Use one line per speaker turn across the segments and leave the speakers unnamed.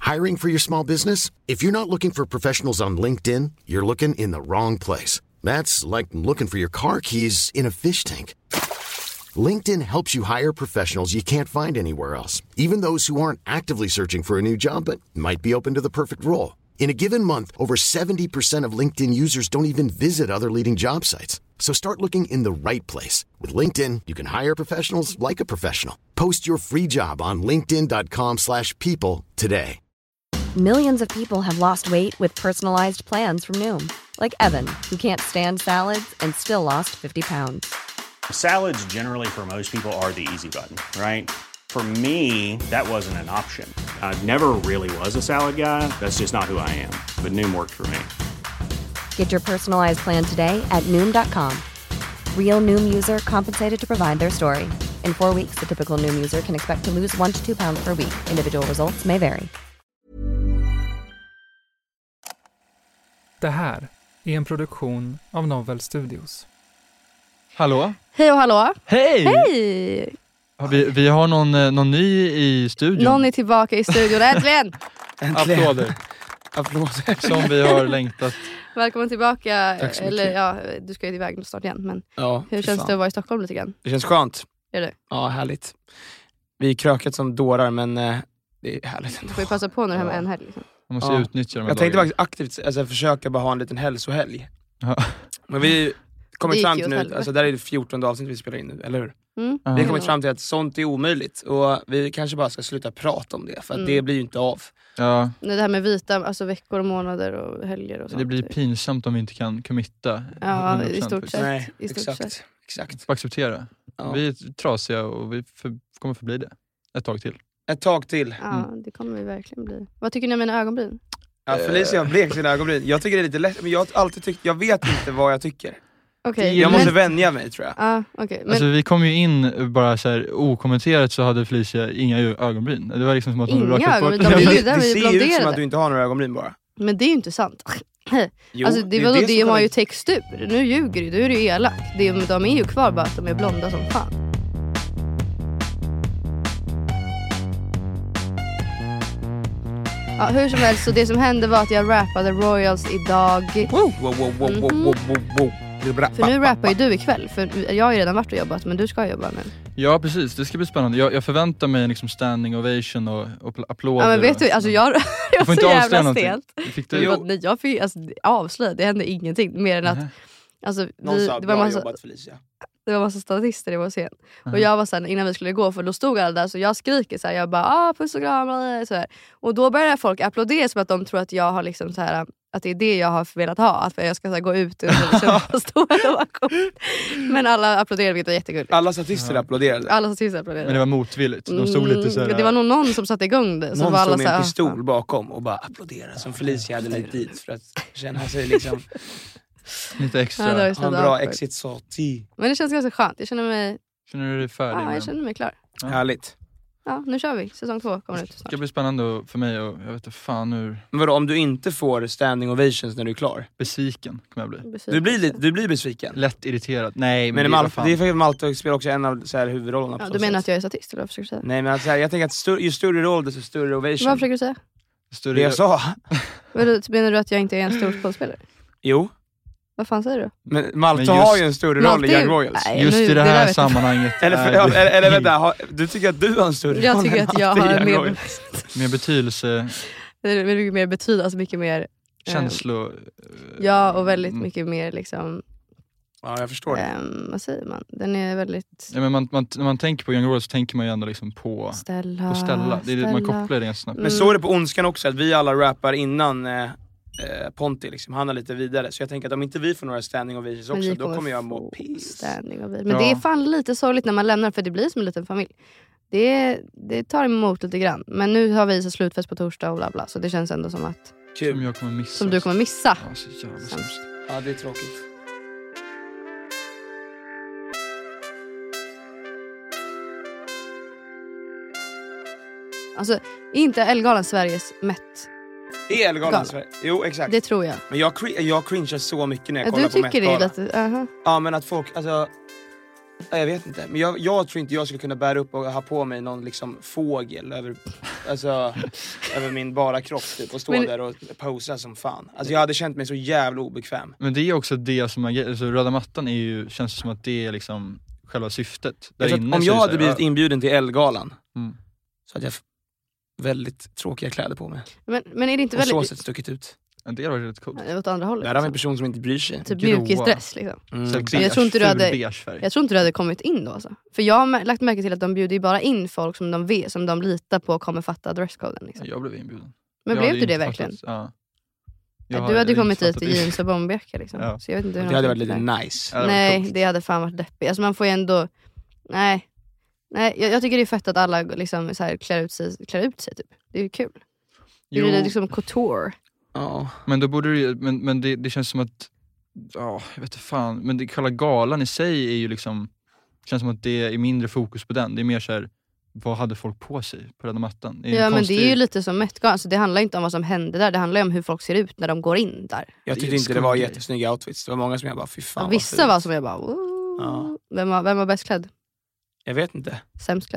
Hiring for your small business? If you're not looking for professionals on LinkedIn, you're looking in the wrong place. That's like looking for your car keys in a fish tank. LinkedIn helps you hire professionals you can't find anywhere else, even those who aren't actively searching for a new job but might be open to the perfect role. In a given month, over 70% of LinkedIn users don't even visit other leading job sites. So start looking in the right place. With LinkedIn, you can hire professionals like a professional. Post your free job on linkedin.com/people today.
Millions of people have lost weight with personalized plans from Noom. Like Evan, who can't stand salads and still lost 50 pounds.
Salads generally for most people are the easy button, right? For me, that wasn't an option. I never really was a salad guy. That's just not who I am. But Noom worked for me.
Get your personalized plan today at Noom.com. Real Noom user compensated to provide their story. In 4 weeks, the typical Noom user can expect to lose 1 to 2 pounds per week. Individual results may vary.
Det här är en produktion av Novel Studios. Hallå?
Hej och hallå.
Hej!
Hej!
Vi har någon ny i studion.
Någon är tillbaka i studion, äntligen!
Applåder. Som vi har längtat.
Välkommen tillbaka.
Tack så mycket.
Eller ja, du ska ju iväg snart igen. Men
Ja,
hur känns det att vara i Stockholm lite grann?
Det känns skönt.
Är det?
Ja, härligt. Vi är krökat som dårar, men det är härligt ändå.
Du får ju passa på nu här med en helg. Liksom.
Man måste ju utnyttja de här
Jag tänkte
dagarna.
faktiskt aktivt försöka bara ha en liten hälsohelg.
Ja.
Men vi kommit
Det
fram
gick
till
ju åt
nu,
helvete.
alltså där är det 14 avsnitt vi spelar in nu, eller hur?
Mm.
Vi har kommit fram till att sånt är omöjligt. Och vi kanske bara ska sluta prata om det, för att det blir ju inte av.
Ja,
Det här med vita, alltså veckor och månader och helger och sånt.
det blir pinsamt om vi inte kan committa.
Ja, i
100%
stort
faktiskt.
sett.
Nej,
I stort sett.
exakt.
Får acceptera.
Ja.
Vi är trasiga och vi kommer förbli det ett tag till.
Ett tag till.
Ja, det kommer vi verkligen bli. Vad tycker ni om mina ögonbryn?
Ja, Felicia har blekt sina ögonbryn. Jag tycker det är lite lätt, men jag har alltid tyckt, jag vet inte vad jag tycker.
Okej,
Jag måste
men...
vänja mig, tror jag.
Ja, okej. Men
Alltså vi kom ju in bara så här okommenterat, så hade Felicia inga ögonbryn. Det var liksom som att hon
Inga
rakat bort.
ögonbryn, de är ju där
Det
vi
ser ju ut som
blonderade.
att du inte har några ögonbryn bara.
Men det är ju inte sant.
Jo,
Alltså det,
är
vadå, det
som
har ju
är-
textur. Nu ljuger du, då är du elak. De är ju kvar bara att de är blonda som fan. Ja, hur som helst, så det som hände var att jag rappade Royals idag.
Wow. Det är bra.
För nu rappar ju du ikväll. För jag har ju redan varit och jobbat, men du ska jobba nu.
Ja precis, det ska bli spännande. Jag förväntar mig en liksom standing ovation och applåder.
Ja men vet du, alltså jag
Du
var
får
så
inte avslöja
jävla
någonting.
stelt.
Fick du?
Nej, jag fick avslöja, det hände ingenting. Mer än att alltså,
Någon sa,
det var
bra
massa...
jobbat Felicia.
Det var massa statister i vår scen. Och jag var såhär, innan vi skulle gå, för då stod alla där, så jag skriker såhär, jag bara puss och kram så här. Och då börjar folk applådera som att de tror att jag har liksom så här, att det är det jag har velat ha, att jag ska så här, gå ut och liksom, stå bakom. Men alla applåderade, vilket var jättegulligt.
Alla statister applåderade.
Alla statister applåderade.
Men det var motvilligt. De stod lite så här.
Det var nog någon som satte igång det. Så
Någon
var alla
stod med
så här,
en pistol bakom och bara applåderade, som Felicia hade lagt dit för att känna sig liksom
lite extra.
Ja, det var ju
ha en bra exit sorti.
men det känns ganska skönt. Jag känner mig,
Känner du dig färdig?
jag känner mig klar.
Ja.
Härligt.
Ja, nu kör vi. Säsong 2 kommer ut
Det
snart.
ska bli spännande för mig, och jag vet inte fan hur
Men vadå, om du inte får standing ovations när du är klar?
besviken kommer jag bli.
Du blir besviken.
Lätt irriterad. Nej,
Men
vad fan.
det är för att Malte spelar också en av så här huvudrollerna på
Ja,
så
du menar
sätt.
att jag är statist eller vad försöker du säga?
Nej men alltså, jag tänker att ju större roll desto större ovation.
Vad försöker du säga?
Det jag sa.
Menar du att jag inte är en stor skådespelare?
Jo.
Vad fan säger du?
Men Malte
Men just-
har ju en större roll i Young Royals.
Nej,
Just
nu-
i det
där
här
vet
sammanhanget.
Eller vänta, du tycker att du har en större roll?
Jag tycker
än
att jag
Malte i
har
Young
mer,
Royals?
Med betydelse,
det är mycket mer betydelse, alltså mycket mer
känslo.
ja, och väldigt mycket mer liksom
Ja, jag förstår det.
vad säger man? Den är väldigt
Ja, men när man tänker på Young Royals så tänker man ju ändå liksom på Stella. Det är det man kopplar det ganska snabbt.
Men så är det på Ondskan också, att vi alla rappar innan Ponti liksom, han har lite vidare. Så jag tänker att om inte vi får några standing ovations också, då kommer jag må piss.
Men det är fan lite sorgligt när man lämnar, för det blir som en liten familj. Det tar emot lite grann. Men nu har vi så slutfest på torsdag och bla bla, så det känns ändå som att
Som jag kommer missa.
som du kommer missa.
Ja, så jävla
Sämst.
sämst.
Ja, det är tråkigt.
Alltså, är inte Ellegalan Sveriges Met?
Det är Ellegalan
Gala.
Sverige. Jo, exakt.
Det tror jag.
Men jag cringear så mycket när jag
Ja,
kollar
du
på
tycker det är
Met-galan.
lite...
Ja, men att folk, alltså... Jag vet inte, men jag tror inte jag skulle kunna bära upp och ha på mig någon liksom fågel alltså, över min bara kropp typ, och stå där och posa som fan. Alltså jag hade känt mig så jävla obekväm.
Men det är också det som är, alltså, röda mattan är ju, känns som att det är liksom själva syftet.
Om jag hade blivit inbjuden till Ellegalan så hade jag väldigt tråkiga kläder på mig.
Men är det inte
och
väldigt...
så sett stuckit ut.
Det har varit rätt coolt.
Det var åt andra hållet.
Där har vi en person som inte bryr sig.
Typ mjukisdress liksom.
Jag tror inte
du hade kommit in då alltså. För jag har lagt märke till att de bjuder bara in folk som de vet, som de litar på kommer fatta dresscoden liksom.
Jag blev inbjuden.
Men blev du det verkligen?
Ja.
Du hade kommit hit i jeans och bomberjacka liksom.
Ja.
Så jag vet inte hur
det hade varit lite nice.
Nej, det hade fan varit deppigt. Alltså man får ju ändå... Nej, jag tycker det är fett att alla liksom så här klär ut sig typ. Det är ju kul. Det är liksom couture.
Ja.
Men då borde det, men det känns som att jag vet inte fan, men det själva galan i sig är ju liksom, känns som att det är mindre fokus på den. Det är mer så här, vad hade folk på sig på röda mattan?
Men det är ju lite som Met-galan, alltså det handlar inte om vad som hände där, det handlar om hur folk ser ut när de går in där.
Jag tyckte inte det var jättesnygga outfits. Det var många som jag bara, fy fan.
Vissa var som jag bara, vem var bäst klädd?
Jag vet inte.
Sämst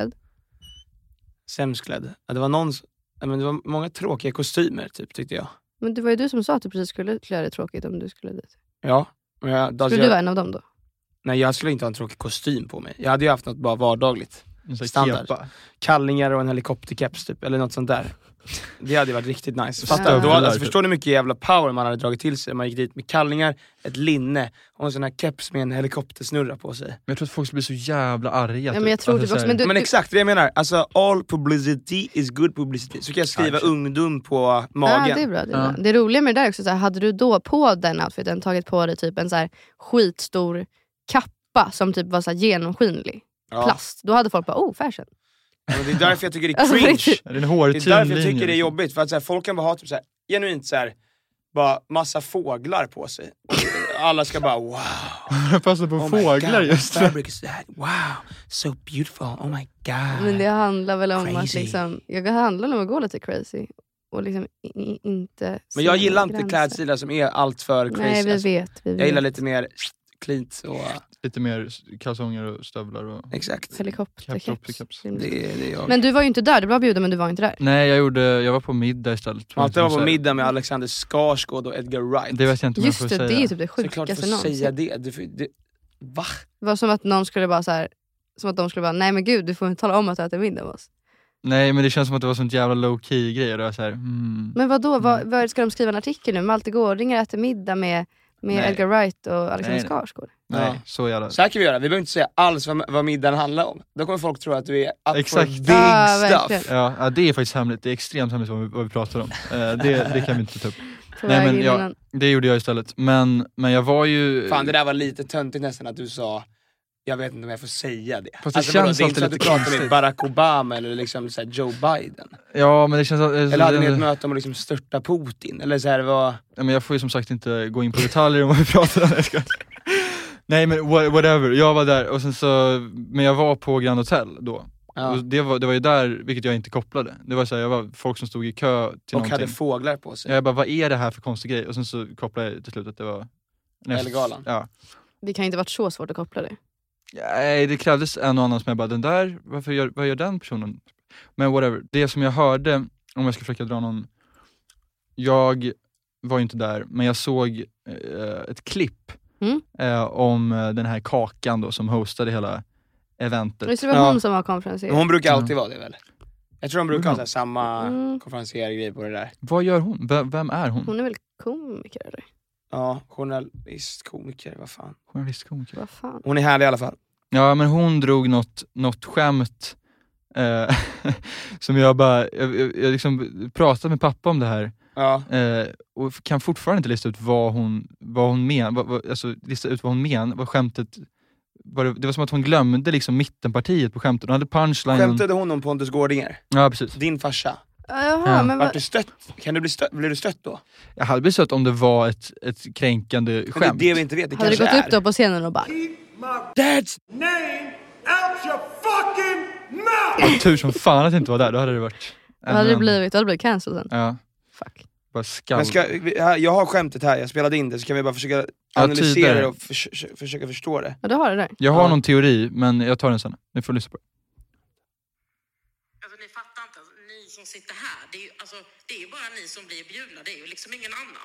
klädd. Ja, det var någon, men det var många tråkiga kostymer typ, tyckte jag.
Men det var ju du som sa att du precis skulle klä dig tråkigt om du skulle dit.
Ja.
Skulle du vara en av dem då?
Nej, jag skulle inte ha en tråkig kostym på mig. Jag hade ju haft något bara vardagligt. Standard.
Kepa.
Kallingar och en helikopterkeps typ, eller något sånt där. Det hade varit riktigt nice. Förstår ni hur mycket jävla power man hade dragit till sig? Man gick dit med kallingar, ett linne och en sån här keps med en helikoptersnurra på sig.
Men jag tror att folk skulle bli så jävla arga.
Ja, men jag tror
alltså,
också,
men exakt det jag menar. Alltså, all publicity is good publicity. Så kan jag skriva ungdom på magen.
Ja, det är bra. Det är bra. Det roliga med det där också, så här, hade du då på den outfiten tagit på dig typ en så här skitstor kappa som typ var så här genomskinlig plast, då hade folk bara, fashion.
Ja, det är därför jag tycker det är cringe.
Det är
därför jag tycker det är jobbigt. För att så här, folk kan bara ha typ så här, genuint så här, bara massa fåglar på sig. Alla ska bara, wow.
Jag passar på fåglar just.
Fabric is that? Wow, so beautiful. Oh my god.
Men det handlar väl om att liksom, jag handlar om att gå lite crazy. Och liksom inte...
Men jag gillar inte klädstilar som är allt för crazy.
Nej, vi vet.
Jag gillar lite mer cleant och...
Lite mer kalsonger och stövlar och...
Exakt.
Helikopterkeps.
Det är
men du var ju inte där, du var bjuden men du var inte där.
Nej, jag var på middag istället.
Jag var på middag med Alexander Skarsgård och Edgar Wright.
Det vet jag inte om jag får säga.
Just det är ju typ det sjukaste någonsin.
Säga det. Va?
Det var som att någon skulle bara så här, som att de skulle bara, nej men gud, du får inte tala om att du äter middag med oss.
Nej, men det känns som att det var sånt jävla low key grej. Det var så här,
Men vadå, vad ska de skriva en artikel nu? Malte Gårdinger äter middag med Edgar Wright och Alexander Skarsgård.
Nej, så jävla.
Så här kan vi göra, vi behöver inte säga alls vad middagen handlar om. Då kommer folk tro att du är up for big stuff.
Ja, det är faktiskt hemligt. Det är extremt hemligt vad vi pratar om. Det kan vi inte ta upp. Nej, men det gjorde jag istället. Men jag var ju...
Fan, det där var lite töntigt nästan att du sa, jag vet inte om jag får säga det.
Fast det känns alltid lite konstigt.
Du pratar med Barack Obama eller liksom så här Joe Biden.
Ja, men det känns...
Eller hade ni ett möte om att liksom störta Putin? Eller så här, vad...
Ja, men jag får ju som sagt inte gå in på detaljer om vad vi pratar om. Nej, men whatever. Jag var där och sen så... Men jag var på Grand Hotel då. Ja. Och det var ju där, vilket jag inte kopplade. Det var så här, jag var folk som stod i kö till
och
någonting.
Hade fåglar på sig.
Jag bara, vad är det här för konstig grej? Och sen så kopplade jag till slut att det var...
Ellegalan.
Ja.
Det kan inte varit så svårt att koppla det.
Nej, det krävdes en och annan som jag bara, den där, vad gör den personen? Men whatever, det som jag hörde, om jag ska försöka dra någon, jag var ju inte där, men jag såg ett klipp om den här Kakan då, som hostade hela eventet.
Det var hon som var konferenser.
Hon brukar alltid vara det väl? Jag tror de brukar ha så här, samma konferenser-grej på det där.
Vad gör hon? Vem är hon?
Hon är väl komiker eller?
Ja, journalist, komiker, vad fan.
Journalist-komiker.
Vad fan.
Hon är härlig i alla fall.
Ja, men hon drog något skämt som jag bara, jag liksom pratade med pappa om det här.
Ja.
Och kan fortfarande inte lista ut vad hon menar, alltså lista ut vad hon menar, vad skämtet det var som att hon glömde liksom mittenpartiet på skämtet. Hon hade punchline.
Skämtade hon om Pontus Gårdinger?
Ja, precis.
Din farsa.
Jaha, men
vart du stött? Blir du stött då?
Jag hade blivit stött om det var ett kränkande skämt.
Men det vi inte vet, det
hade
kanske
du gått upp då på scenen och bara
Dad's name out your fucking mouth!
Tur som fan att det inte var där, då hade det varit...
Då hade det blivit cancelled sen.
Ja.
Fuck.
Bara skall.
Men jag har skämtet här, jag spelade in det, så kan vi bara försöka analysera det och försöka förstå det.
Ja, du har det där.
Jag har någon teori, men jag tar den sen. Ni får lyssna på det.
Alltså ni fattar inte, alltså, ni som sitter här. Det är ju bara ni som blir bjudna. Det är ju liksom ingen annan.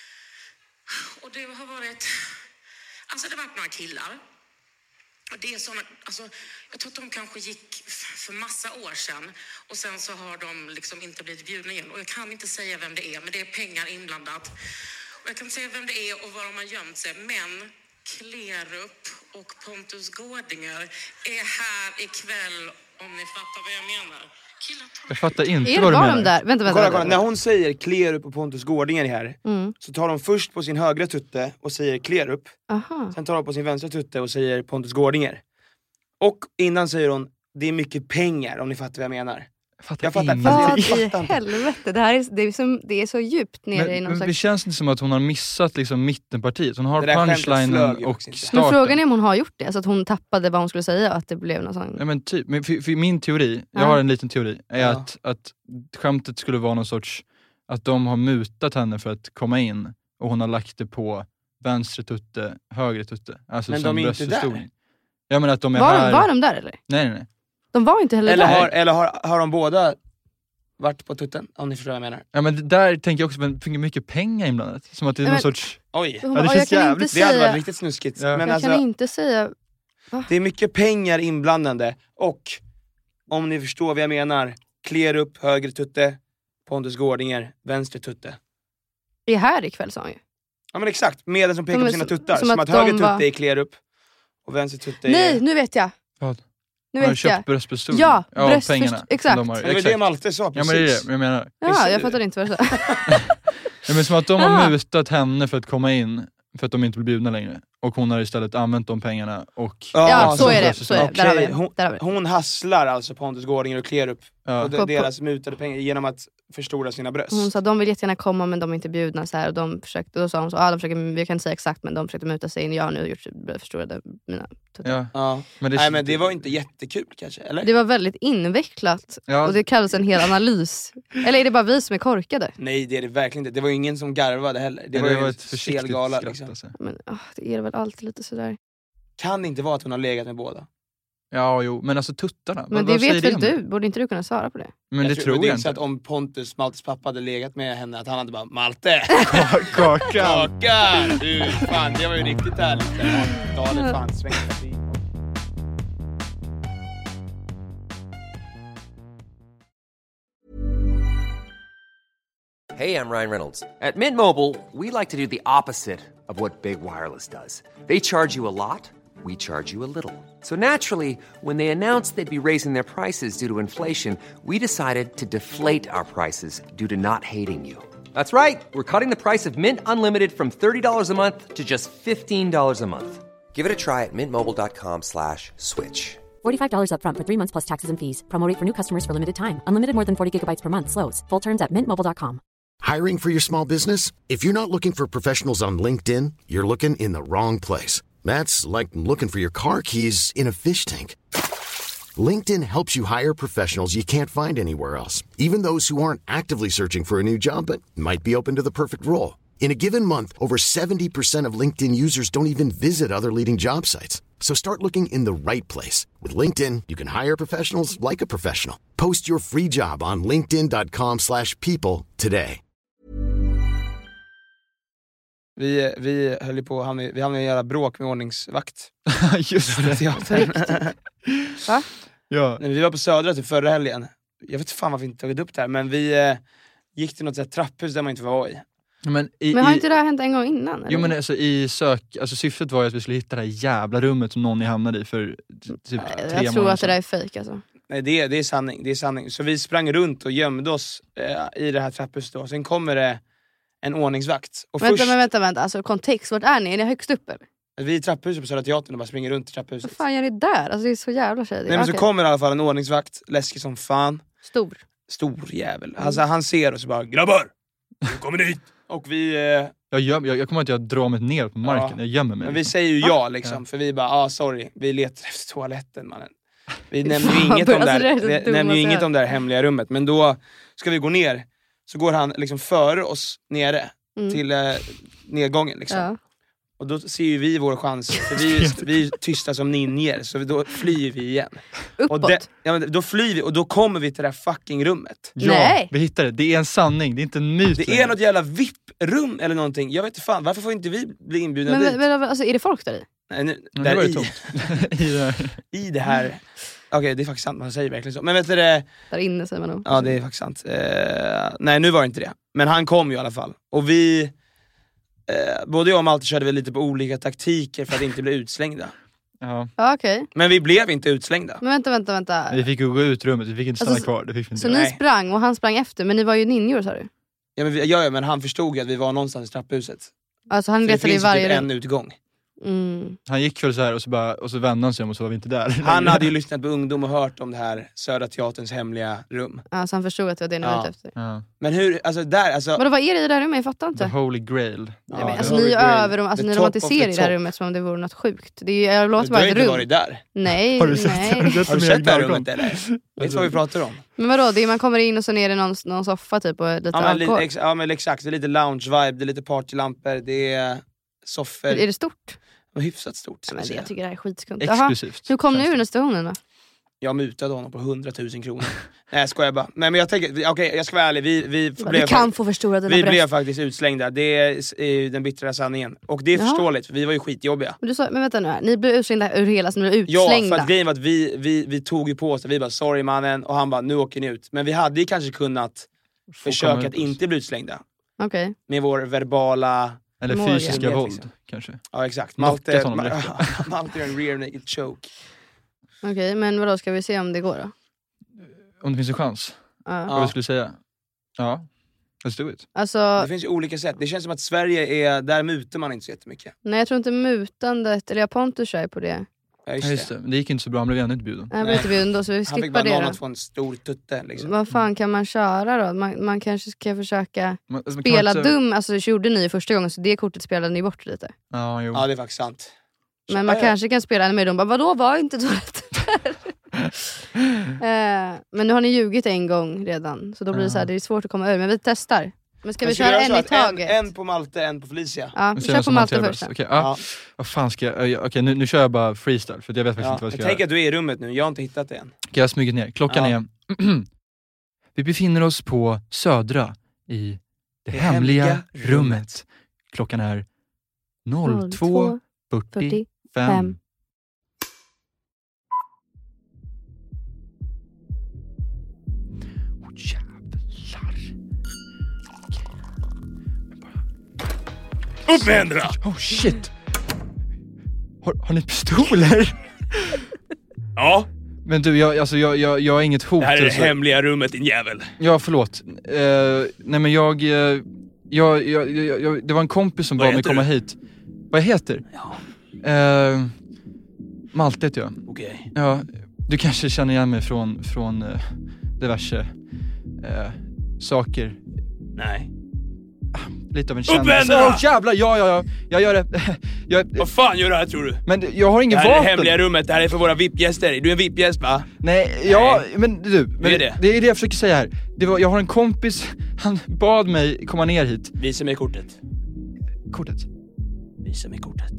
Och det har varit... Alltså det har varit några killar. Och det är såna, alltså, jag tror att de kanske gick för massa år sedan. Och sen så har de liksom inte blivit bjudna igen. Och jag kan inte säga vem det är, men det är pengar inblandat. Och jag kan inte säga vem det är och var de har gömt sig. Men Klerup och Pontus Gårdinger är här ikväll, om ni fattar vad jag menar.
Jag fattar inte
vad du menar. Där? Vänta.
Kolla. När hon säger Klerup och Pontus Gårdinger här, så tar de först på sin högra tutte och säger Klerup. Sen tar de på sin vänstra tutte och säger Pontus Gårdinger. Och innan säger hon, det är mycket pengar, om ni fattar vad jag menar.
Jag fattar
i helvete, det är så djupt nere i någon slags...
Det känns inte som att hon har missat liksom mittenpartiet. Hon har punchlinen och starten.
Men frågan är om hon har gjort det, alltså att hon tappade vad hon skulle säga och att det blev någon sån...
Ja, men typ, men för min teori, jag har en liten teori, är att skämtet skulle vara någon sorts, att de har mutat henne för att komma in och hon har lagt det på vänster tutte, höger tutte. Alltså
men
som
de är inte där.
Ja, men att de är
var de där eller?
Nej.
De var inte heller där.
Eller har de båda varit på tutten, om ni förstår vad jag menar?
Ja, men där tänker jag också, men finns mycket pengar inblandat. Som att det är någon sorts...
Oj,
det känns jävligt.
Det hade varit riktigt snuskigt.
Ja.
Men
jag kan inte säga... Va?
Det är mycket pengar inblandande. Och, om ni förstår vad jag menar, Klerup, höger tutte, Pontus Gårdinger, vänster tutte.
Det är här ikväll, sa han ju.
Ja, men exakt. Medel som pekar på sina tuttar. Som att höger tutte är Klerup och vänster tutte är...
Nej, nu vet jag.
Vad?
Nu
har
vet
köpt
jag.
Bröstpistol?
Ja,
pengarna.
Exakt.
Det var det Malte sa, precis.
Ja, men det är det jag menar.
Ja, jag fattar inte vad det sa.
Ja, men som att de har mutat henne för att komma in, för att de inte blir bjudna längre. Och hon har istället använt de pengarna och...
Ja, så är det.
Okay. Hon hasslar alltså Pontus Gårdinger och Klerup och deras mutade pengar genom att förstora sina bröst.
Hon sa de vill jättegärna komma men de är inte bjudna så här, och de försökte, då sa hon så, de försöker, vi kan inte säga exakt, men de försökte muta sig in. Jag har nu gjort förstorade mina tuttar.
Ja. Men det var inte jättekul kanske, eller?
Det var väldigt invecklat och det kallas en hel analys. Eller är det bara vi som är korkade?
Nej, det är det verkligen inte. Det var ingen som garvade heller. Det var ett försiktigt skratt liksom.
Alltså.
Men det är väl alltid lite sådär.
Kan det inte vara att hon har legat med båda?
Ja, jo, men alltså tuttarna.
Men det vet väl du? Borde inte du kunna svara på det?
Men det tror jag inte.
Så att om Maltes pappa hade legat med henne, att han hade bara, Malte!
Kaka!
Du, fan, det var ju riktigt härligt. Dalet fan svängt.
Hey, I'm Ryan Reynolds. At Mint Mobile, we like to do the opposite of what Big Wireless does. They charge you a lot. We charge you a little. So naturally, when they announced they'd be raising their prices due to inflation, we decided to deflate our prices due to not hating you. That's right. We're cutting the price of Mint Unlimited from $30 a month to just $15 a month. Give it a try at mintmobile.com/switch.
$45 up front for 3 months plus taxes and fees. Promo rate for new customers for limited time. Unlimited more than 40 gigabytes per month. Slows full terms at mintmobile.com.
Hiring for your small business? If you're not looking for professionals on LinkedIn, you're looking in the wrong place. That's like looking for your car keys in a fish tank. LinkedIn helps you hire professionals you can't find anywhere else, even those who aren't actively searching for a new job but might be open to the perfect role. In a given month, over 70% of LinkedIn users don't even visit other leading job sites. So start looking in the right place. With LinkedIn, you can hire professionals like a professional. Post your free job on linkedin.com/people today.
Vi höll ju på, vi hamnade i en jävla bråk med ordningsvakt.
Just det.
Va?
Ja.
Vi var på Södra till förra helgen. Jag vet fan varför vi inte tagit upp det här, men vi gick till något sånt trapphus där man inte var i.
Men
har inte det här hänt en gång innan? Eller?
Jo, men alltså, syftet var ju att vi skulle hitta det här jävla rummet som någon hamnade i för typ 3 månader.
Jag tror att det där är fake alltså.
Nej, det är sanning, det är sanning. Så vi sprang runt och gömde oss i det här trapphuset då. Sen kommer det en ordningsvakt. Och
vänta, alltså kontext, vart är ni? Är ni högst upp eller?
Vi är i trapphuset på Södra Teatern och bara springer runt i trapphuset.
Vad fan gör ni där? Alltså det är så jävla tjejigt.
Nej, men så kommer i alla fall en ordningsvakt, läskig som fan. Stor jävel. Alltså han ser oss och bara, grabbar! Nu kommer ni hit! Och vi...
Jag kommer att jag drar mig ner på marken, jag gömmer mig.
Men vi säger ju ja liksom, för vi bara, sorry, vi letar efter toaletten mannen. Vi nämner ju inget om det här hemliga rummet, men då ska vi gå ner. Så går han liksom före oss nere till nedgången liksom. Och då ser ju vi vår chans. För vi är tysta som ninjer. Så då flyr vi igen.
Uppåt?
Och då flyr vi och då kommer vi till det här fucking rummet.
Ja,
Nej.
vi hittar det. Det är en sanning, det är inte en myt.
Det är något jävla VIP-rum eller någonting. Jag vet inte fan, varför får inte vi bli inbjudna dit?
Men alltså, är det folk där i?
Nej, nu,
det
där
var ju
i.
tomt.
I det här. Okej, det är faktiskt sant, man säger verkligen så. Men vet du det?
Där inne säger man nog.
Ja, det är faktiskt sant. Nej, nu var det inte det. Men han kom ju i alla fall. Och vi, både jag och Malte körde väl lite på olika taktiker för att inte bli utslängda.
Ja.
Ja, okej.
Men vi blev inte utslängda.
Men vänta.
Vi fick ju gå ut rummet, vi fick inte stanna
Alltså,
kvar. Det fick vi inte.
Så ni sprang och han sprang efter, men ni var ju ninjor, sa du?
Ja, men han förstod ju att vi var någonstans i trapphuset.
Alltså han
Det
letade i
finns ju
varje
typ
rum.
en utgång.
Han gick väl så här och så vände han sig om och så var vi inte där.
Han hade ju lyssnat på ungdom och hört om det här Södra Teaterns hemliga rum.
Ja, så han förstod att det var det ni var ute efter.
Ja.
Men hur, alltså där, alltså...
Vadå, vad är det i det där rummet? Jag fattar inte.
The Holy Grail.
Nej, men,
Ja,
alltså
the
ni
Holy
är
Grail.
över dem, alltså
The
ni
top
romantiserar
of
i
the
det här
top.
rummet som om det vore något sjukt. Det är, jag låter
Du
bara
har
ett
inte
rum.
varit där.
Nej,
Har du sett
nej.
Har du sett det här rummet eller? Vet du vad vi pratar om?
Men vadå, det är, man kommer in och så är det någon soffa typ och lite alkohol.
Ja men exakt, det är lite lounge-vibe, det är lite partylampor, det är soffor.
Är det stort?
Hyfsat stort.
Ja, men jag tycker det här är skitskumt.
Exklusivt.
Hur kom ni ur den här situationen då?
Jag mutade honom på 100 000 kronor. Nej, jag skojar bara. Nej, men jag tänker, okej, jag ska vara ärlig. Vi
kan få förstora dina
Vi
bröst.
blev faktiskt utslängda. Det är den bittra sanningen. Och det är förståeligt, för vi var ju skitjobbiga.
Men vänta nu här, ni blev utslängda ur hela, så ni blev
Ja,
utslängda.
för att grejen var att vi tog ju på oss det. Vi bara, sorry mannen. Och han bara, nu åker ni ut. Men vi hade ju kanske kunnat försöka att inte bli utslängda.
Okej.
Med vår verbala...
Eller
Morgan.
fysiska våld, kanske.
Ja, exakt.
Malte
Malte är en rear naked choke.
Okej, men vadå, ska vi se om det går då?
Om det finns en chans.
Ja.
Vad skulle du säga? Ja, let's do it.
Alltså,
Det finns ju olika sätt. Det känns som att Sverige är... Där mutar man inte så jättemycket.
nej jag tror inte mutandet, eller jag Pontus kör på det.
Ja,
Ja, just det. Men det gick inte så bra, han blev ännu inte bjuden.
Jag blev inte bjuden då, så vi
Han fick
skippar
bara
det
någon
då.
att få en stor tutte liksom.
Vad fan kan man köra då? Man kanske ska försöka
Men kan man
spela
inte-
dum, alltså det gjorde ni första gången, så det kortet spelade ni bort lite.
Ja, jo.
Ja, det är faktiskt sant.
Men man kanske kan spela ännu mer dum, bara vadå, var inte så rätt? Men nu har ni ljugit en gång redan, så då blir det så här, det är svårt att komma ur, men vi testar. Men ska vi köra en i taget?
En på Malte, en på Felicia.
Ja,
Nu
vi
ser jag
kör på
som
Malte
hanterar
först.
bäst. Okej, ja. Vad fan ska jag... Okej, nu kör jag bara freestyle, för jag vet faktiskt
Ja.
inte vad jag ska
Jag tänker
göra.
att du är i rummet nu, jag har inte hittat det än.
Okej, jag har smugit ner. Klockan är... Vi befinner oss på Södra i det hemliga rummet. Klockan är 02:45. Åh, jävlar.
Upp med händerna!
Oh shit. Har ni pistoler?
Ja,
Men du, jag är inget hot.
det här är det
eller så.
hemliga rummet, din jävel.
Ja, förlåt. Nej men jag det var en kompis som
Vad
bad mig
heter
komma
du?
hit. Vad jag heter?
Ja,
Malte heter jag.
okej.
Ja, du kanske känner igen mig från diverse saker.
Nej.
Lite av en
Upp
kändis.
med händerna!
Åh jävlar, ja, jag gör det.
Vad fan gör du här tror du?
Men jag har ingen
Det här är
vapen.
det hemliga rummet, det här är för våra VIP-gäster. Du är en VIP-gäst va?
Nej, ja, men du. Men
är det?
det är det jag försöker säga här. Jag har en kompis, han bad mig komma ner hit.
Visa mig kortet.
Kortet.
Visa mig kortet.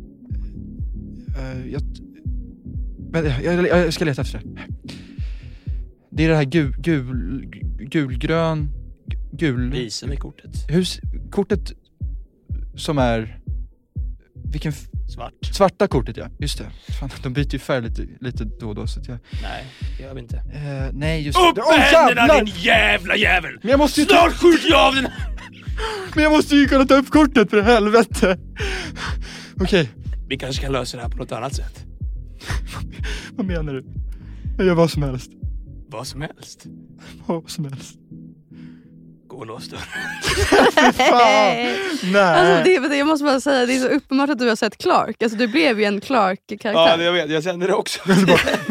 Jag ska leta efter det. Det är det här gulgrön...
Visa mig kortet.
Kortet som är... Vilken...
Svart.
Svarta kortet, ja. Just det. Fan, de byter ju färg lite då och då, så att jag...
Nej, det gör vi inte.
Nej, just
Upp
det.
med händerna
jävlar!
din jävla jävel!
Men jag måste ju
Snart skjuter jag av den!
Men jag måste ju kunna ta upp kortet, för helvete! Okej.
Vi kanske kan lösa det här på något annat sätt.
Vad menar du? Jag gör vad som helst.
Vad som helst.
Vad som helst.
Gå och lås dörren.
Nej.
Alltså, jag måste bara säga, det är så uppenbart att du har sett Clark. Alltså du blev ju en Clark-karaktär.
Ja, jag vet. Jag känner det också.
Det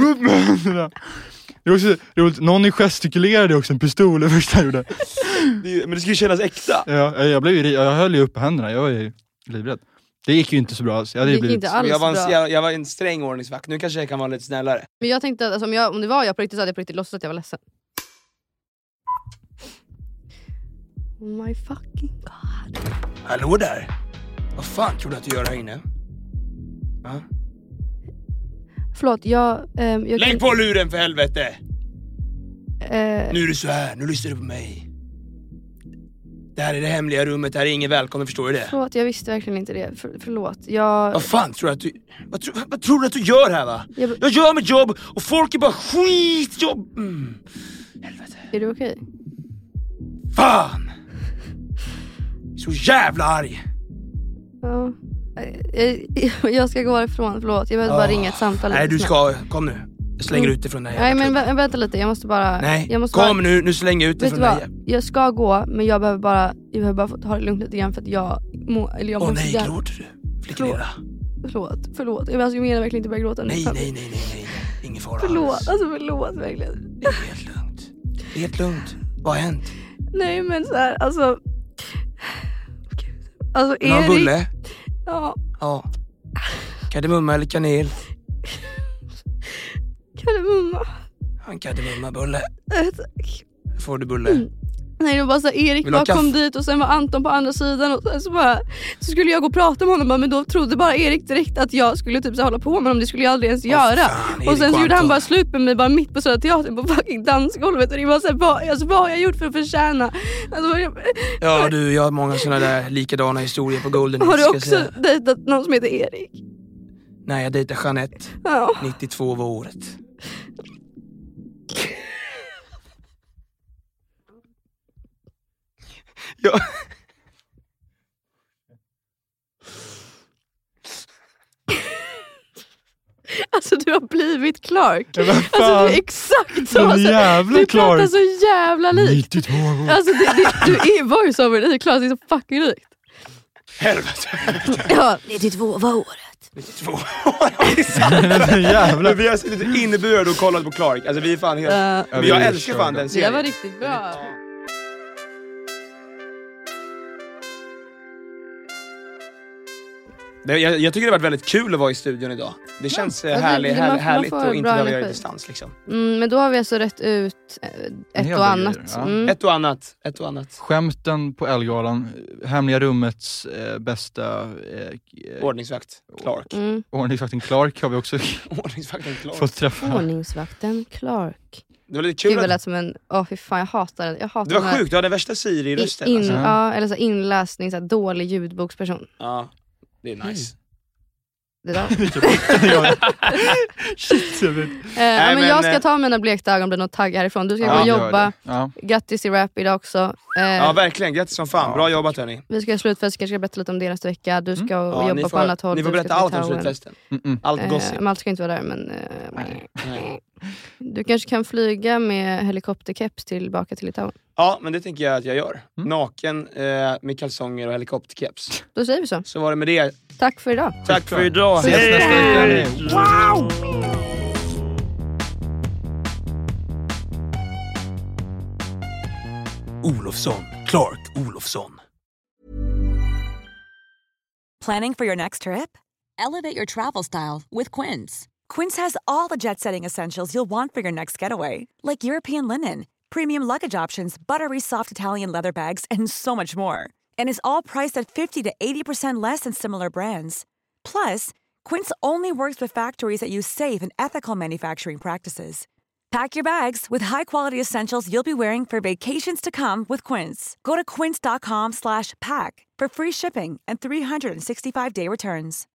är också roligt. Någon gestikulerade också en pistol det första jag gjorde.
Men det ska ju kännas äkta.
Ja, jag höll ju upp händerna. Jag var ju livrädd. Det gick ju inte så bra. Jag hade
Det
ju
gick
blivit...
inte alls
Jag
bra.
jag var en sträng ordningsvakt. Nu kanske jag kan vara lite snällare.
Men jag tänkte att alltså, om det var jag på riktigt, så hade jag på riktigt låtsats att jag var ledsen. Oh my fucking god.
Hallå där. Vad fan tror du att du gör här inne? Ja?
Förlåt, jag
Lägg på luren för helvete! Nu är det så här, nu lyssnar du på mig. Det här är det hemliga rummet, det här är ingen välkommen, förstår du det?
Förlåt, jag visste verkligen inte det. Förlåt, jag...
Vad fan tror du att du... Vad tror du att du gör här, va? Jag gör mitt jobb och folk är bara skitjobb. Helvete.
Är du okej?
Fan! Så jävla arg.
Ja. Jag ska gå ifrån, förlåt. Jag vill bara ringa ett samtal.
Nej, du ska, kom nu. Jag slänger ut dig från den här.
Nej, men vänta lite, jag måste bara...
Nej, kom nu slänger jag ut dig från den här.
Jag ska gå, men jag behöver bara få ta det lugnt lite grann för att jag måste...
nej, gråter du? Flicklera.
Förlåt. Jag menar verkligen inte börja gråta nu.
Nej. Ingen fara.
Förlåt verkligen.
Det är helt lugnt. Det är helt lugnt. Vad har hänt?
Nej, men så här, alltså
Erik... Någon bulle?
Ja.
Kardemumma eller kanel?
Kardemumma.
En kardemumma-bulle.
Tack.
Får du bulle?
Nej, det var bara så Erik bara kom dit och sen var Anton på andra sidan och sen så skulle jag gå och prata med honom, men då trodde bara Erik direkt att jag skulle typ så hålla på med honom. Det skulle jag aldrig ens göra. Fan, och sen så gjorde han bara slut med mig bara mitt på Södra Teatern på fucking dansgolvet och det var så här, vad har jag gjort för att förtjäna? Alltså,
jag har många såna där likadana historier på Golden.
Har du också dejtat någon som heter Erik?
Nej, jag dejtade Jeanette. 92 var året. Ja.
Alltså du har blivit Clark.
Ja,
alltså du är exakt så.
Jävla
du
Clark.
pratar så jävla likt.
92 år.
Alltså du är voice over, det är klart, det är så fucking likt.
Helvete.
Ja, 92 var året.
92 år. Det är sant. Jävlar. Vi har suttit inneburad och kollat på Clark. Alltså vi är fan helt... men jag älskar fan den serien.
Det var riktigt bra.
Jag tycker det har varit väldigt kul att vara i studion idag. Det känns härligt och inte behöva göra distans liksom.
Men då har vi alltså rätt ut ett och annat.
Ett och annat.
Skämten på Ellegalan, hemliga rummets bästa
ordningsvakt Clark.
Ordningsvakten Clark har vi också fått träffa.
Ordningsvakten Clark.
Det var lite kul.
Det lät som en... fy fan, jag hatar den.
Det var sjukt, du hade värsta Siri-rösten. Alltså.
Ja, eller så inläsning, så dålig ljudboksperson.
Ja, det är nice.
Det där.
Men
jag ska ta mina blekta ögonbryn och tagga härifrån. Du ska gå och jobba. Grattis i rap idag också.
Ja, verkligen. Grattis som fan. Bra jobbat, hörni.
Vi ska slutfest, kanske berätta lite om det nästa vecka. Du ska jobba på annat håll.
Ni får berätta allt om slutfesten. Allt gossip.
Allt ska inte vara där, men... Du kanske kan flyga med helikopterkeps tillbaka till Litauen.
Ja, men det tänker jag att jag gör. Naken med kalsonger och helikopterkeps.
Då säger vi så.
Så var det med det.
Tack för idag.
Tack för idag.
Ses nästa vecka.
Wow! Clark Olofsson.
Planning for your next trip? Elevate your travel style with Quince. Quince has all the jet-setting essentials you'll want for your next getaway, like European linen, premium luggage options, buttery soft Italian leather bags, and so much more. And is all priced at 50 to 80% less than similar brands. Plus, Quince only works with factories that use safe and ethical manufacturing practices. Pack your bags with high-quality essentials you'll be wearing for vacations to come with Quince. Go to quince.com/pack for free shipping and 365-day returns.